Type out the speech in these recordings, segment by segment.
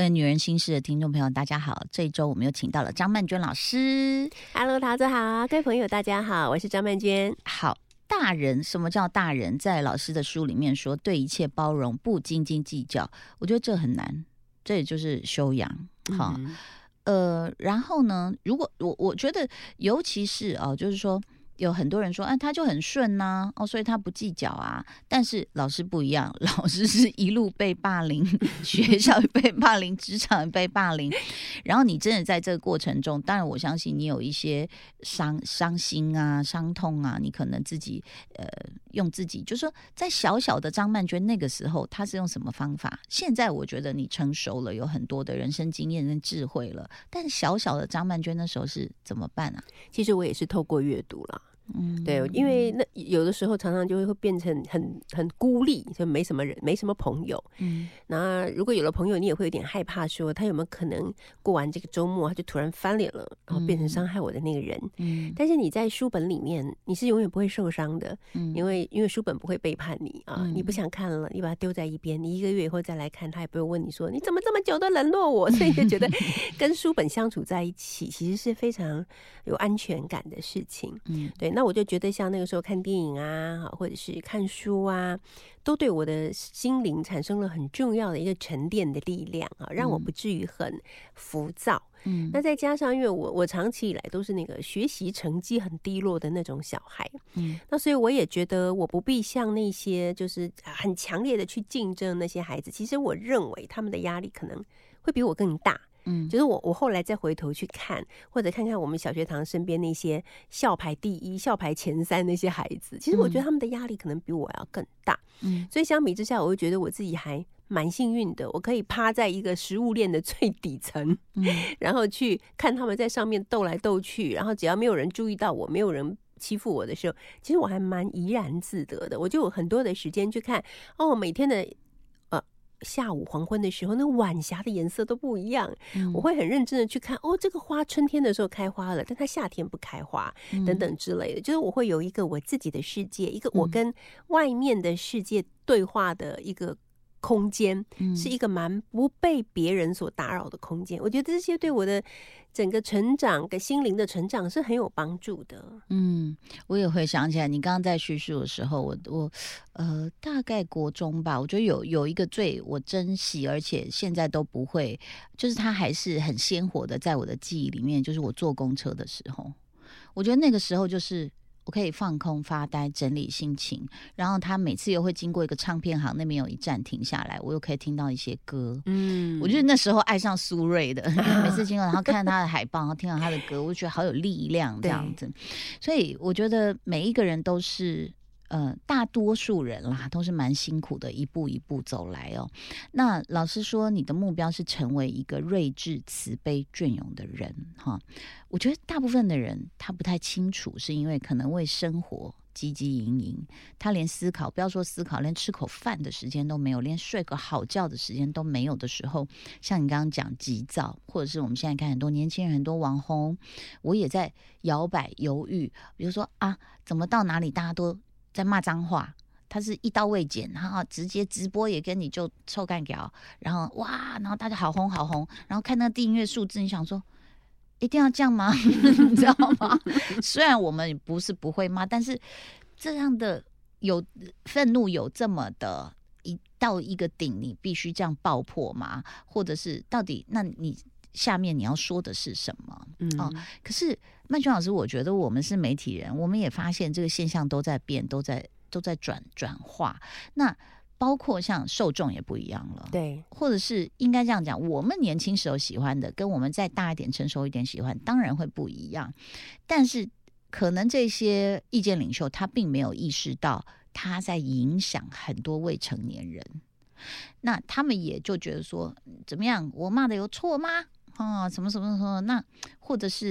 的女人心事的听众朋友，大家好！这一周我们又请到了张曼娟老师。 Hello， 桃子好，各位朋友大家好，我是张曼娟。 好，大人，什么叫大人？在老师的书里面说，对一切包容，不斤斤计较。我觉得这很难，这也就是修养。好，然后呢，如果我觉得，尤其是就是说。有很多人说，他就很顺呐，所以他不计较啊。但是老师不一样，老师是一路被霸凌，学校被霸凌，职场被霸凌。然后你真的在这个过程中，当然我相信你有一些伤心啊、伤痛啊，你可能自己用自己，就是说在小小的张曼娟那个时候，她是用什么方法？现在我觉得你成熟了，有很多的人生经验跟智慧了，但小小的张曼娟那时候是怎么办啊？ 其实我也是透过阅读啦。对，因为那有的时候常常就会变成很孤立，就没什么人，没什么朋友。那如果有了朋友，你也会有点害怕，说他有没有可能过完这个周末，他就突然翻脸了，然后变成伤害我的那个人。但是你在书本里面，你是永远不会受伤的，因为书本不会背叛你啊。你不想看了，你把它丢在一边，你1个月以后再来看，他也不会问你说你怎么这么久都冷落我，所以就觉得跟书本相处在一起，其实是非常有安全感的事情。对。那我就觉得像那个时候看电影啊，或者是看书啊，都对我的心灵产生了很重要的一个沉淀的力量啊，让我不至于很浮躁。那再加上因为我长期以来都是那个学习成绩很低落的那种小孩，那所以我也觉得我不必像那些就是很强烈的去竞争那些孩子，其实我认为他们的压力可能会比我更大。就是我后来再回头去看，或者看看我们小学堂身边那些校排第一、校排前3那些孩子，其实我觉得他们的压力可能比我要更大。所以相比之下，我会觉得我自己还蛮幸运的，我可以趴在一个食物链的最底层，然后去看他们在上面斗来斗去，然后只要没有人注意到我，没有人欺负我的时候，其实我还蛮怡然自得的。我就有很多的时间去看每天的下午黄昏的时候，那晚霞的颜色都不一样。我会很认真的去看这个花春天的时候开花了，但它夏天不开花，等等之类的。就是我会有一个我自己的世界，一个我跟外面的世界对话的一个空间，是一个蛮不被别人所打扰的空间。我觉得这些对我的整个成长跟心灵的成长是很有帮助的。 我也会想起来，你刚刚在叙述的时候，我大概国中吧，我觉得有一个最我珍惜，而且现在都不会，就是它还是很鲜活的在我的记忆里面，就是我坐公车的时候，我觉得那个时候就是我可以放空发呆整理心情，然后他每次又会经过一个唱片行，那边有一站停下来，我又可以听到一些歌。我觉得那时候爱上苏芮的，每次经过然后看他的海报，然后听到他的歌，我就觉得好有力量这样子。所以我觉得每一个人都是大多数人啦，都是蛮辛苦的，一步一步走来哦。那老师说，你的目标是成为一个睿智、慈悲、隽永的人哈。我觉得大部分的人他不太清楚，是因为可能为生活汲汲营营，他连思考，不要说思考，连吃口饭的时间都没有，连睡个好觉的时间都没有的时候，像你刚刚讲急躁，或者是我们现在看很多年轻人、很多网红，我也在摇摆犹豫，比如说怎么到哪里大家都在骂脏话，他是一刀未剪，然后直接直播也跟你就臭干屌，然后然后大家好红好红，然后看那个订阅数字，你想说一定要这样吗？你知道吗？虽然我们不是不会骂，但是这样的有愤怒有这么的到一个顶，你必须这样爆破吗？或者是到底那你下面你要说的是什么？可是曼娟老师，我觉得我们是媒体人，我们也发现这个现象都在变，都在转化。那包括像受众也不一样了， 对， 或者是应该这样讲，我们年轻时候喜欢的，跟我们再大一点、成熟一点喜欢，当然会不一样。但是可能这些意见领袖他并没有意识到他在影响很多未成年人，那他们也就觉得说，怎么样，我骂的有错吗？什么什么什么，那或者是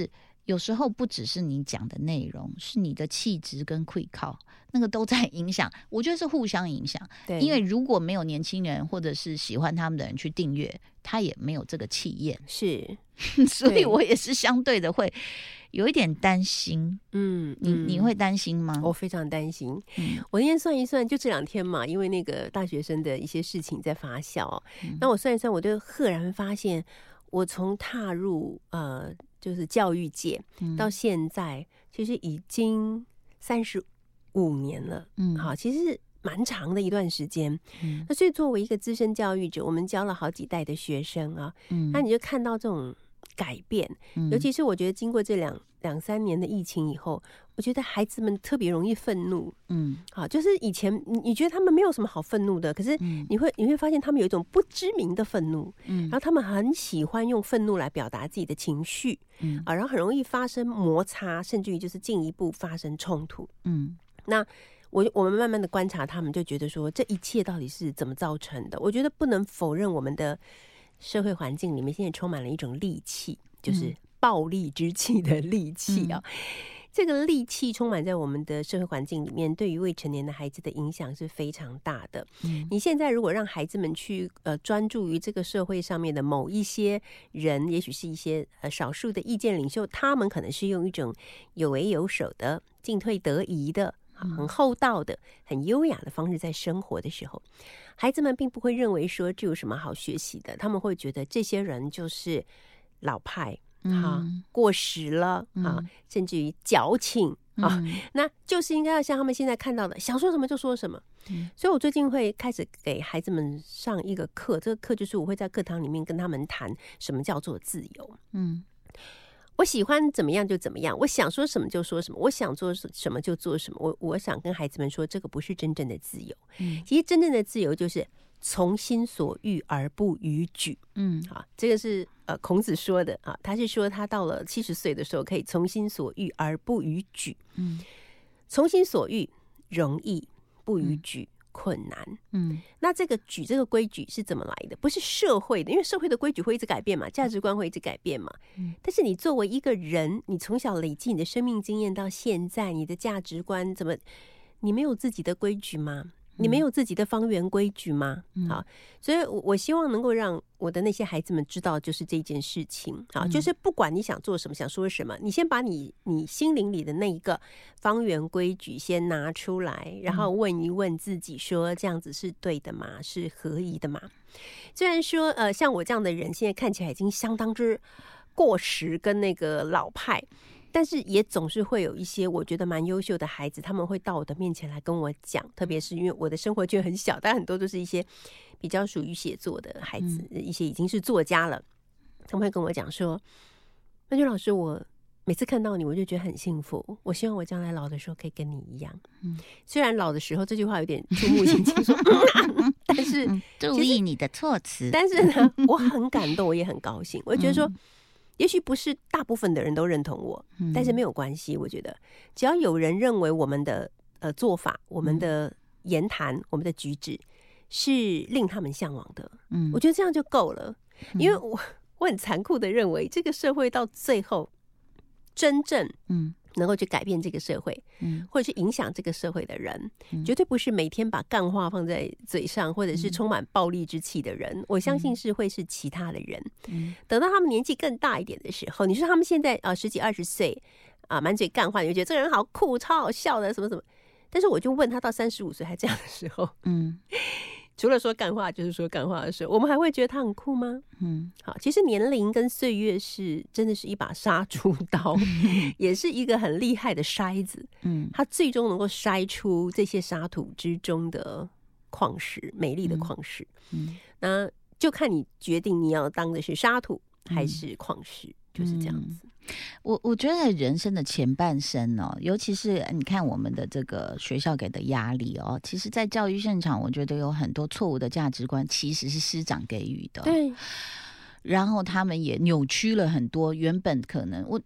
有时候不只是你讲的内容，是你的气质跟会靠，那个都在影响。我觉得是互相影响。 对， 因为如果没有年轻人或者是喜欢他们的人去订阅，他也没有这个气焰。 是， 所以我也是相对的会有一点担心。你会担心吗？ 我非常担心。我那天算一算，就这2天嘛，因为那个大学生的一些事情在发酵。那我算一算，我就赫然发现，我从踏入就是教育界到现在，其实已经35年了。好，其实蛮长的一段时间。那所以作为一个资深教育者，我们教了好几代的学生啊，那你就看到这种改变。尤其是我觉得经过这两三年的疫情以后，我觉得孩子们特别容易愤怒。好，就是以前你觉得他们没有什么好愤怒的，可是你会发现他们有一种不知名的愤怒。然后他们很喜欢用愤怒来表达自己的情绪。然后很容易发生摩擦，甚至于就是进一步发生冲突。那我们慢慢的观察他们，就觉得说这一切到底是怎么造成的。我觉得不能否认我们的社会环境里面现在充满了一种戾气，就是暴戾之气的戾气啊。这个戾气充满在我们的社会环境里面，对于未成年的孩子的影响是非常大的。你现在如果让孩子们去专注于这个社会上面的某一些人，也许是一些少数的意见领袖，他们可能是用一种有为有守的、进退得宜的、很厚道的、很优雅的方式在生活的时候，孩子们并不会认为说这有什么好学习的，他们会觉得这些人就是老派。过时了甚至于矫情那就是应该要像他们现在看到的，想说什么就说什么。所以我最近会开始给孩子们上一个课，这个课就是我会在课堂里面跟他们谈什么叫做自由。我喜欢怎么样就怎么样，我想说什么就说什么，我想做什么就做什么。我想跟孩子们说，这个不是真正的自由。其实真正的自由就是从心所欲而不逾矩。这个是孔子说的啊，他是说他到了70岁的时候可以从心所欲而不逾矩。从心所欲容易，不逾矩困难。那这个矩，这个规矩是怎么来的？不是社会的，因为社会的规矩会一直改变嘛，价值观会一直改变嘛。但是你作为一个人，你从小累积你的生命经验到现在，你的价值观怎么，你没有自己的规矩吗？你没有自己的方圆规矩吗？好，所以我希望能够让我的那些孩子们知道，就是这件事情。好，就是不管你想做什么，想说什么，你先把你心灵里的那一个方圆规矩先拿出来，然后问一问自己说，这样子是对的吗？是合宜的吗？虽然说像我这样的人现在看起来已经相当之过时跟那个老派，但是也总是会有一些我觉得蛮优秀的孩子，他们会到我的面前来跟我讲，特别是因为我的生活圈很小，但很多都是一些比较属于写作的孩子，一些已经是作家了，他们会跟我讲说，曼君老师，我每次看到你我就觉得很幸福，我希望我将来老的时候可以跟你一样。虽然老的时候这句话有点触目惊心说但是注意你的措辞。 但是呢，我很感动，我也很高兴，我就觉得说也许不是大部分的人都认同我，但是没有关系。我觉得只要有人认为我们的做法、我们的言谈、我们的举止是令他们向往的，我觉得这样就够了。因为我很残酷的认为，这个社会到最后真正能够去改变这个社会，或者是影响这个社会的人，绝对不是每天把干话放在嘴上，或者是充满暴力之气的人。我相信是会是其他的人。等到他们年纪更大一点的时候，你说他们现在10几20岁满嘴干话，你就觉得这个人好酷、超好笑的，什么什么。但是我就问他，到35岁还这样的时候，除了说干话就是说干话的时候，我们还会觉得他很酷吗？好，其实年龄跟岁月是真的是一把杀猪刀，也是一个很厉害的筛子。它最终能够筛出这些沙土之中的矿石，美丽的矿石。那就看你决定你要当的是沙土还是矿石，就是这样子。 我觉得人生的前半生哦，尤其是你看我们的这个学校给的压力哦，其实在教育现场，我觉得有很多错误的价值观其实是师长给予的。 对， 然后他们也扭曲了很多原本可能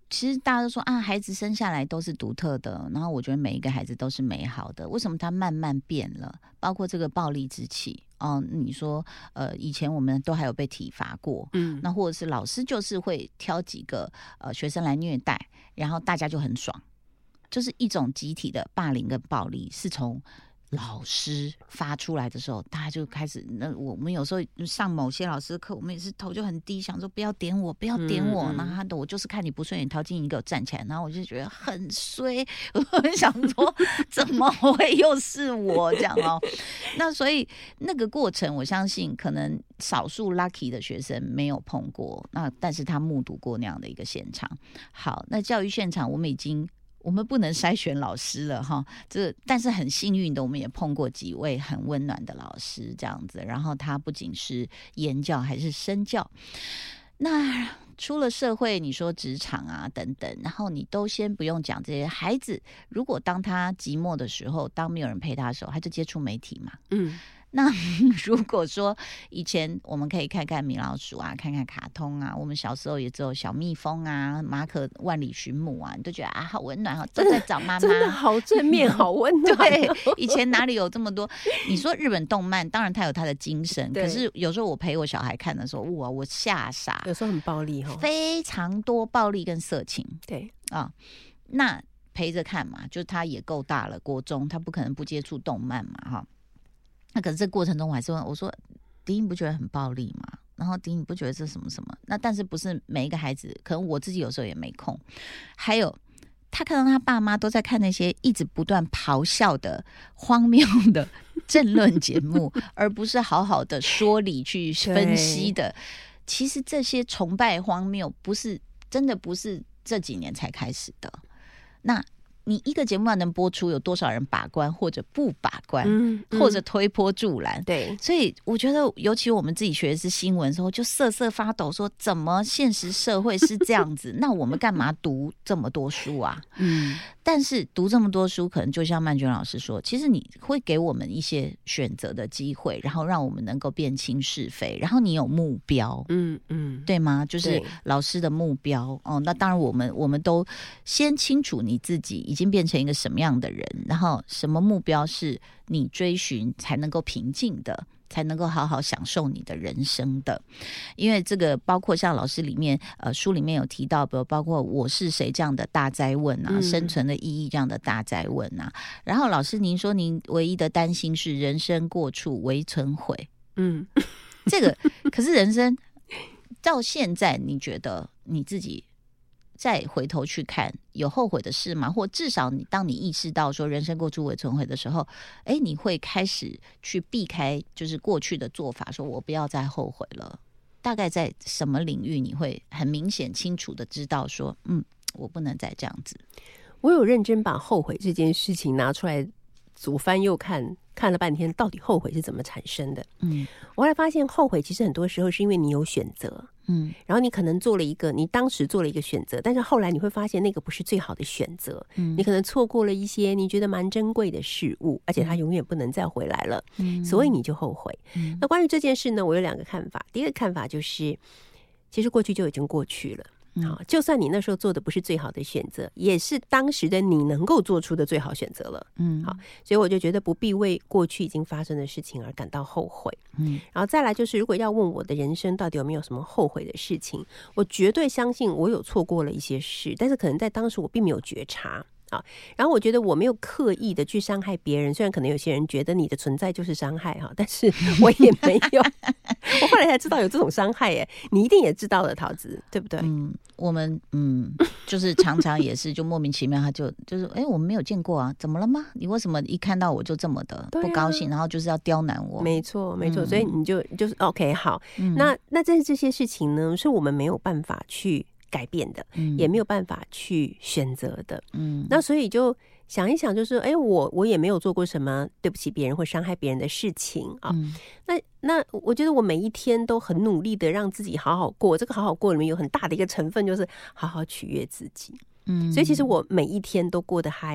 其实大家都说啊，孩子生下来都是独特的，然后我觉得每一个孩子都是美好的。为什么他慢慢变了？包括这个暴力之气哦，你说以前我们都还有被体罚过，那或者是老师就是会挑几个学生来虐待，然后大家就很爽，就是一种集体的霸凌跟暴力是从老师发出来的时候，大家就开始。那我们有时候上某些老师的课，我们也是头就很低，想说不要点我，不要点我。然后他的我就是看你不顺眼，陶晶莹给我站起来，然后我就觉得很衰，我很想说怎么会又是我这样哦？那所以那个过程，我相信可能少数 lucky 的学生没有碰过，那但是他目睹过那样的一个现场。好，那教育现场我们不能筛选老师了哈，但是很幸运的，我们也碰过几位很温暖的老师这样子。然后他不仅是言教，还是身教。那出了社会，你说职场啊等等，然后你都先不用讲这些。孩子如果当他寂寞的时候，当没有人陪他的时候，他就接触媒体嘛。那如果说以前我们可以看看米老鼠啊，看看卡通啊，我们小时候也只有小蜜蜂啊、马可万里寻母啊，你都觉得啊好温暖，都在找妈妈， 真的好正面，好温暖。 对，以前哪里有这么多？你说日本动漫，当然它有它的精神，可是有时候我陪我小孩看的时候，哇，我吓傻， 有时候很暴力哈， 非常多暴力跟色情。 对啊，那陪着看嘛，就是他也够大了，国中他不可能不接触动漫嘛，哈。那可是这过程中我还是问我说：“迪你不觉得很暴力吗？”然后迪你不觉得这什么什么？那但是不是每一个孩子，可能我自己有时候也没空。还有他看到他爸妈都在看那些一直不断咆哮的荒谬的政论节目，而不是好好的说理去分析的。其实这些崇拜荒谬，真的不是这几年才开始的。那你一个节目能播出，有多少人把关或者不把关，或者推波助澜？ 对， 所以我觉得，尤其我们自己学的是新闻的时候，就瑟瑟发抖，说怎么现实社会是这样子？那我们干嘛读这么多书啊？但是读这么多书，可能就像曼娟老师说，其实你会给我们一些选择的机会，然后让我们能够辨清是非，然后你有目标，对吗？就是老师的目标哦。那当然，我们都先清楚你自己已经变成一个什么样的人，然后什么目标是你追寻才能够平静的，才能够好好享受你的人生的。因为这个包括像老师里面书里面有提到，比如包括我是谁这样的大哉问啊，生存的意义这样的大哉问啊。然后老师您说您唯一的担心是人生过处唯存悔，这个可是人生到现在你觉得你自己再回头去看有后悔的事吗？或至少当你意识到说人生过处唯存悔的时候，你会开始去避开就是过去的做法，说我不要再后悔了。大概在什么领域你会很明显清楚的知道说我不能再这样子？ 我有认真把后悔这件事情拿出来左翻右看了半天，到底后悔是怎么产生的？我后来发现后悔其实很多时候是因为你有选择，然后你可能你当时做了一个选择，但是后来你会发现那个不是最好的选择，你可能错过了一些你觉得蛮珍贵的事物，而且它永远不能再回来了，所以你就后悔。那关于这件事呢，我有两个看法。第一个看法就是，其实过去就已经过去了。就算你那时候做的不是最好的选择，也是当时的你能够做出的最好选择了。好，所以我就觉得不必为过去已经发生的事情而感到后悔。然后再来就是，如果要问我的人生到底有没有什么后悔的事情，我绝对相信我有错过了一些事，但是可能在当时我并没有觉察。然后我觉得我没有刻意的去伤害别人，虽然可能有些人觉得你的存在就是伤害哈，但是我也没有。我后来才知道有这种伤害耶，你一定也知道了，桃子，对不对？ 我们就是常常也是就莫名其妙，他就是我们没有见过啊，怎么了吗？你为什么一看到我就这么的不高兴，然后就是要刁难我？ 没错，所以你就是 OK 好，那这些事情呢，是我们没有办法去改变的，也没有办法去选择的。那所以就想一想，就是我也没有做过什么对不起别人或伤害别人的事情啊。那我觉得我每一天都很努力的让自己好好过，这个好好过里面有很大的一个成分就是好好取悦自己。所以其实我每一天都过得还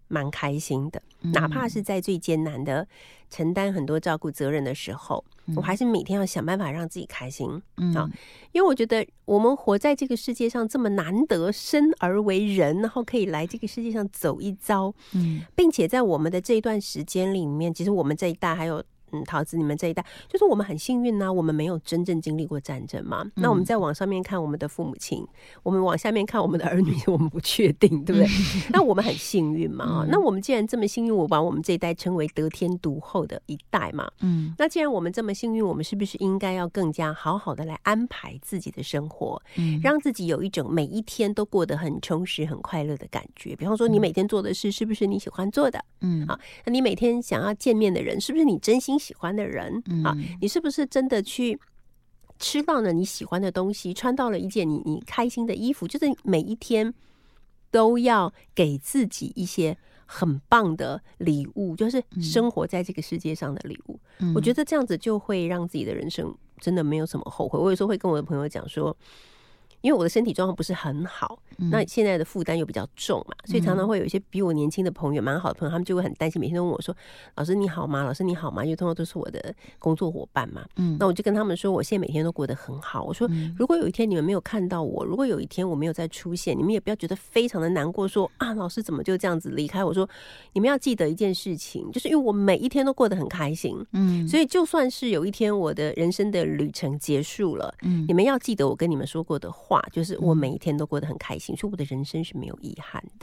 蛮开心的，哪怕是在最艰难的承担很多照顾责任的时候，我还是每天要想办法让自己开心因为我觉得我们活在这个世界上这么难得生而为人，然后可以来这个世界上走一遭并且在我们的这一段时间里面，其实我们这一代还有桃子你们这一代，就是我们很幸运我们没有真正经历过战争嘛。那我们在往上面看我们的父母亲，我们往下面看我们的儿女，我们不确定，对不对？那我们很幸运嘛那我们既然这么幸运，我把我们这一代称为得天独厚的一代嘛那既然我们这么幸运，我们是不是应该要更加好好的来安排自己的生活让自己有一种每一天都过得很充实很快乐的感觉。比方说你每天做的事是不是你喜欢做的那你每天想要见面的人是不是你真心喜欢的人你是不是真的去吃到了你喜欢的东西，穿到了一件你开心的衣服，就是每一天都要给自己一些很棒的礼物，就是生活在这个世界上的礼物我觉得这样子就会让自己的人生真的没有什么后悔。我有时候会跟我的朋友讲说，因为我的身体状况不是很好那现在的负担又比较重嘛，所以常常会有一些比我年轻的朋友，蛮好的朋友，他们就会很担心，每天都问我说老师你好吗，老师你好吗，因为通常都是我的工作伙伴嘛那我就跟他们说我现在每天都过得很好。我说如果有一天你们没有看到我，如果有一天我没有再出现，你们也不要觉得非常的难过说老师怎么就这样子离开。我说你们要记得一件事情，就是因为我每一天都过得很开心所以就算是有一天我的人生的旅程结束了你们要记得我跟你们说过的话，就是我每一天都过得很开心所以我的人生是没有遗憾的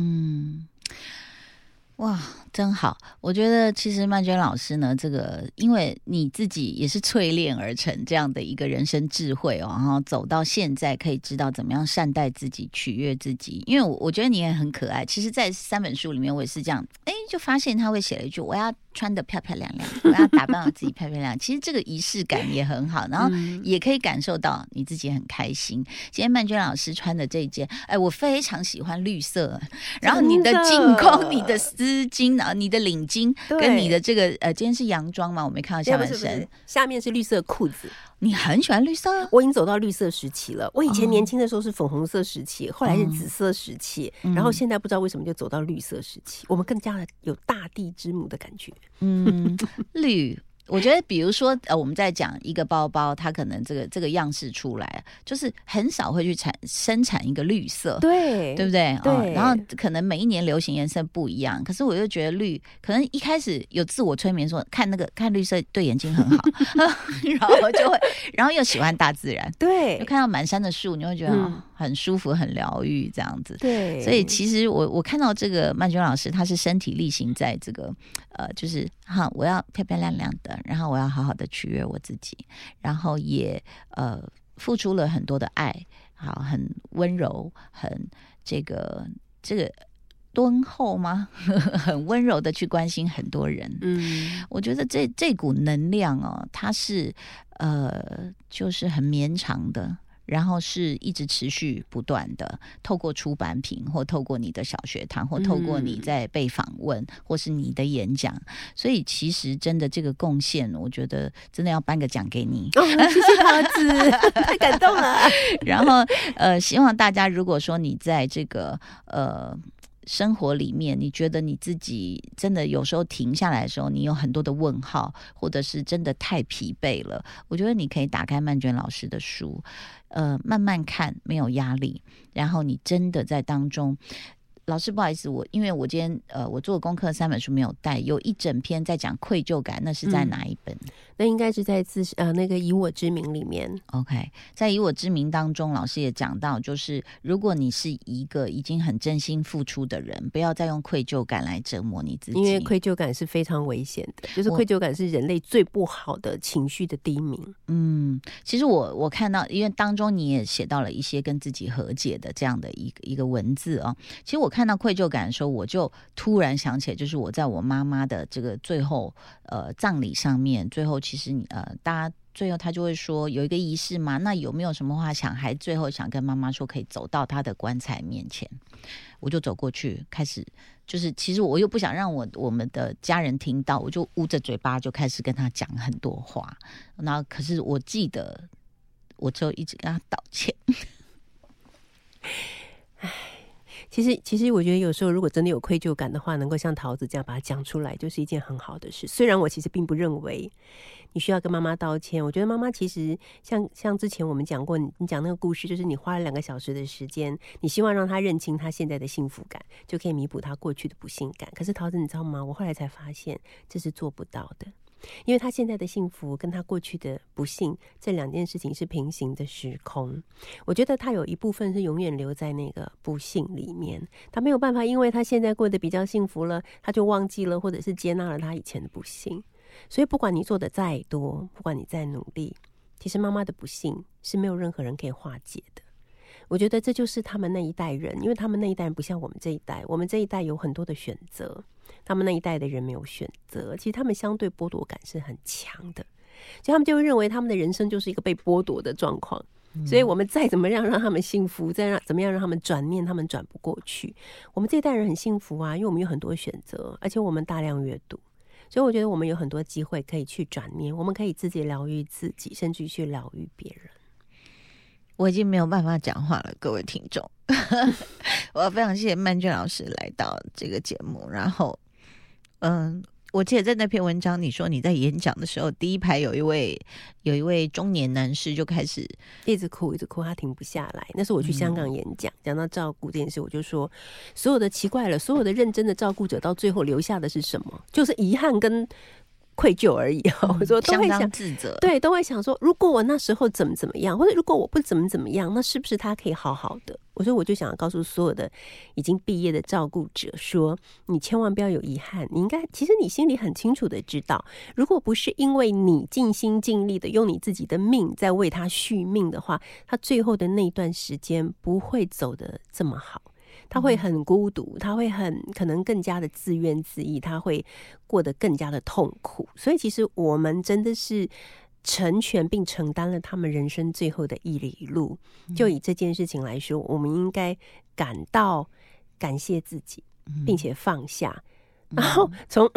哇，真好！我觉得其实曼娟老师呢，这个因为你自己也是淬炼而成这样的一个人生智慧然后走到现在可以知道怎么样善待自己、取悦自己。因为我觉得你也很可爱。其实，在3本书里面，我也是这样，就发现他会写了一句：“我要穿得漂漂亮亮，我要打扮我自己漂漂亮亮。”其实这个仪式感也很好，然后也可以感受到你自己很开心。今天曼娟老师穿的这一件，我非常喜欢绿色，然后你的镜框、你的丝巾啊，你的领巾跟你的这个今天是洋装吗？我没看到下半身， 下面是绿色裤子。 你很喜欢绿色？ 我已经走到绿色时期了。我以前年轻的时候是粉红色时期后来是紫色时期然后现在不知道为什么就走到绿色时期，我们更加的有大地之母的感觉绿我觉得比如说我们在讲一个包包，它可能这个样式出来，就是很少会去生产一个绿色， 对不对？然后可能每一年流行颜色不一样，可是我就觉得绿可能一开始有自我催眠说看绿色对眼睛很好然后我就会，然后又喜欢大自然， 对， 就看到满山的树，你会觉得很舒服很疗愈这样子。 对， 所以其实我看到这个曼娟老师，她是身体力行在这个就是我要漂漂亮亮的，然后我要好好的取悦我自己，然后也付出了很多的爱，好，很温柔，很这个敦厚吗很温柔的去关心很多人我觉得这股能量它是就是很绵长的，然后是一直持续不断的，透过出版品或透过你的小学堂或透过你在被访问或是你的演讲，所以其实真的这个贡献我觉得真的要颁个奖给你谢谢桃子太感动了然后希望大家如果说你在这个生活里面你觉得你自己真的有时候停下来的时候你有很多的问号，或者是真的太疲惫了，我觉得你可以打开曼娟老师的书慢慢看，没有压力，然后你真的在当中，老师不好意思，因为我今天我做功课3本书没有带，有一整篇在讲愧疚感，那是在哪一本？ 那应该是在那个以我之名里面。 OK， 在以我之名当中，老师也讲到，就是如果你是一个已经很真心付出的人，不要再用愧疚感来折磨你自己， 因为愧疚感是非常危险的，就是愧疚感是人类最不好的情绪的低迷其实我看到，因为当中你也写到了一些跟自己和解的这样的一个文字其实我看到愧疚感的时候，我就突然想起来，就是我在我妈妈的这个最后葬礼上面，最后其实大家最后他就会说有一个仪式嘛，那有没有什么话还最后想跟妈妈说，可以走到她的棺材面前？我就走过去，开始就是其实我又不想让我们的家人听到，我就捂着嘴巴就开始跟他讲很多话，然后可是我记得我就一直跟他道歉其实我觉得有时候如果真的有愧疚感的话，能够像桃子这样把它讲出来，就是一件很好的事。虽然我其实并不认为你需要跟妈妈道歉，我觉得妈妈其实像之前我们讲过，你讲那个故事，就是你花了2个小时的时间，你希望让她认清她现在的幸福感，就可以弥补她过去的不幸感。可是桃子你知道吗？我后来才发现这是做不到的。因为他现在的幸福跟他过去的不幸，这2件事情是平行的时空。我觉得他有一部分是永远留在那个不幸里面，他没有办法，因为他现在过得比较幸福了，他就忘记了或者是接纳了他以前的不幸。所以不管你做的再多，不管你再努力，其实妈妈的不幸是没有任何人可以化解的。我觉得这就是他们那一代人，因为他们那一代人不像我们这一代，我们这一代有很多的选择，他们那一代的人没有选择，其实他们相对剥夺感是很强的，所以他们就会认为他们的人生就是一个被剥夺的状况。所以我们再怎么样让他们幸福，怎么样让他们转念，他们转不过去。我们这一代人很幸福啊，因为我们有很多选择，而且我们大量阅读，所以我觉得我们有很多机会可以去转念，我们可以自己疗愈自己，甚至去疗愈别人。 我已经没有办法讲话了，各位听众。我要非常谢谢曼娟老师来到这个节目。然后，我记得在那篇文章，你说你在演讲的时候，第一排有一位中年男士就开始一直哭，他停不下来。那是我去香港演讲，讲到照顾这件事，我就说，所有的奇怪了，所有的认真的照顾者，到最后留下的是什么？就是遗憾跟愧疚而已。我说都会想相当自责， 对，都会想说，如果我那时候怎么样，或者如果我不怎么样，那是不是他可以好好的？我说我就想要告诉所有的已经毕业的照顾者说，你千万不要有遗憾，你应该其实你心里很清楚的知道，如果不是因为你尽心尽力的用你自己的命在为他续命的话，他最后的那段时间不会走得这么好。他会很孤独，他会可能更加的自怨自艾，他会过得更加的痛苦。所以其实我们真的是成全并承担了他们人生最后的一里路。就以这件事情来说，我们应该感谢自己，并且放下。然后从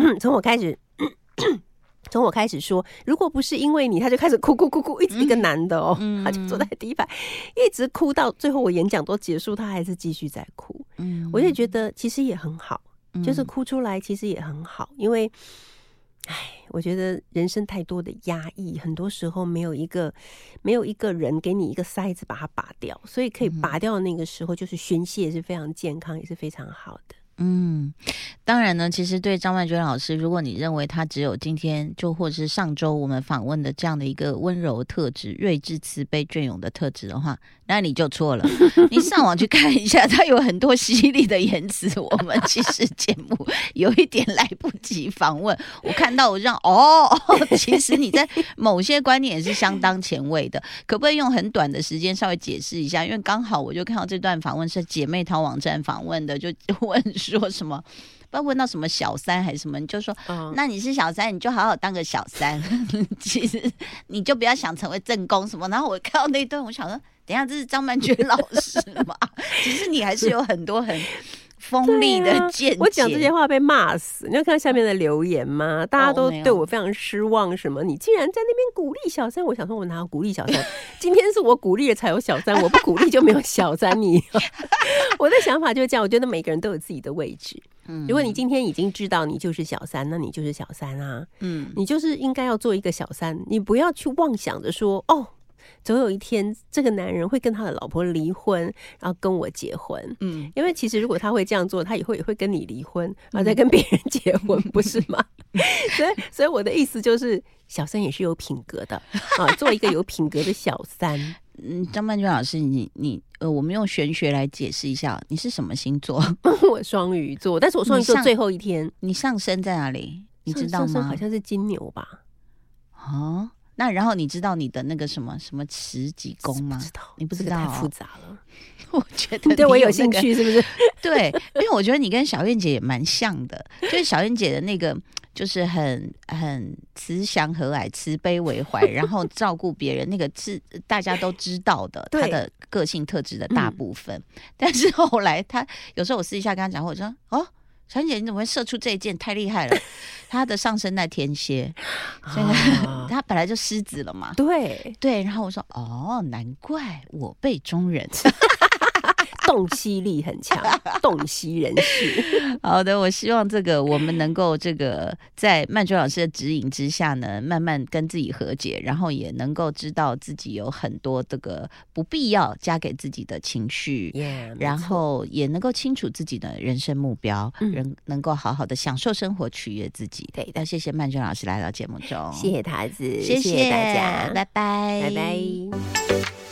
我开始说，如果不是因为你，他就开始哭，一直一个男的哦，他就坐在第一排，一直哭到最后我演讲都结束，他还是继续在哭。我就觉得其实也很好，就是哭出来其实也很好，因为我觉得人生太多的压抑，很多时候没有一个人给你一个塞子把它拔掉，所以可以拔掉的那个时候就是宣泄，是非常健康也是非常好的。 当然呢，其实对张曼娟老师，如果你认为他只有今天就或者是上周我们访问的这样的一个温柔特质、睿智、慈悲、隽永的特质的话，那你就错了。你上网去看一下，他有很多犀利的言辞，我们其实节目有一点来不及访问。我看到我这样其实你在某些观念也是相当前卫的，可不可以用很短的时间稍微解释一下？因为刚好我就看到这段访问是姐妹淘网站访问的，就问说什么，不知道问到什么小三还是什么，你就说，那你是小三，你就好好当个小三，其实你就不要想成为正宫什么。然后我看到那一段，我想说，等一下这是张曼娟老师嘛？其实你还是有很多很锋利的见解。 我讲这些话被骂死，你有看到下面的留言吗？大家都对我非常失望，什么你竟然在那边鼓励小三。我想说我哪有鼓励小三，今天是我鼓励了才有小三，我不鼓励就没有小三。我的想法就是这样，我觉得每个人都有自己的位置。如果你今天已经知道你就是小三，那你就是小三啊。你就是应该要做一个小三，你不要去妄想着说总有一天这个男人会跟他的老婆离婚，然后跟我结婚。因为其实如果他会这样做，他以后也会跟你离婚，然后再跟别人结婚，不是吗？所以我的意思就是，小三也是有品格的做一个有品格的小三。 张曼娟老师，我们用玄学来解释一下，你是什么星座？ 我双鱼座，但是我双鱼座最后一天。 你上升在哪里？你知道吗？ 上升好像是金牛吧？ 那然后你知道你的那个什么持几宫吗？你不知道， 太复杂了。 我觉得对我有兴趣，是不是？ 对，因为我觉得你跟小燕姐也蛮像的，就是小燕姐的那个就是很慈祥和蔼、慈悲为怀，然后照顾别人，那个是大家都知道的，她的个性特质的大部分。但是后来她有时候我私底下跟她讲，我说小燕姐你怎么会射出这一箭？太厉害了！她的上升在天蝎，所以她本来就狮子了嘛。 对， 然后我说难怪我辈中人。 洞悉力很强，洞悉人事。 好的，我希望我们能够在曼娟老师的指引之下呢，慢慢跟自己和解，然后也能够知道自己有很多不必要加给自己的情绪，然后也能够清楚自己的人生目标，能够好好的享受生活，取悦自己。 对， 那谢谢曼娟老师来到节目中， 谢谢塔子， 谢谢大家， 拜拜， 拜拜。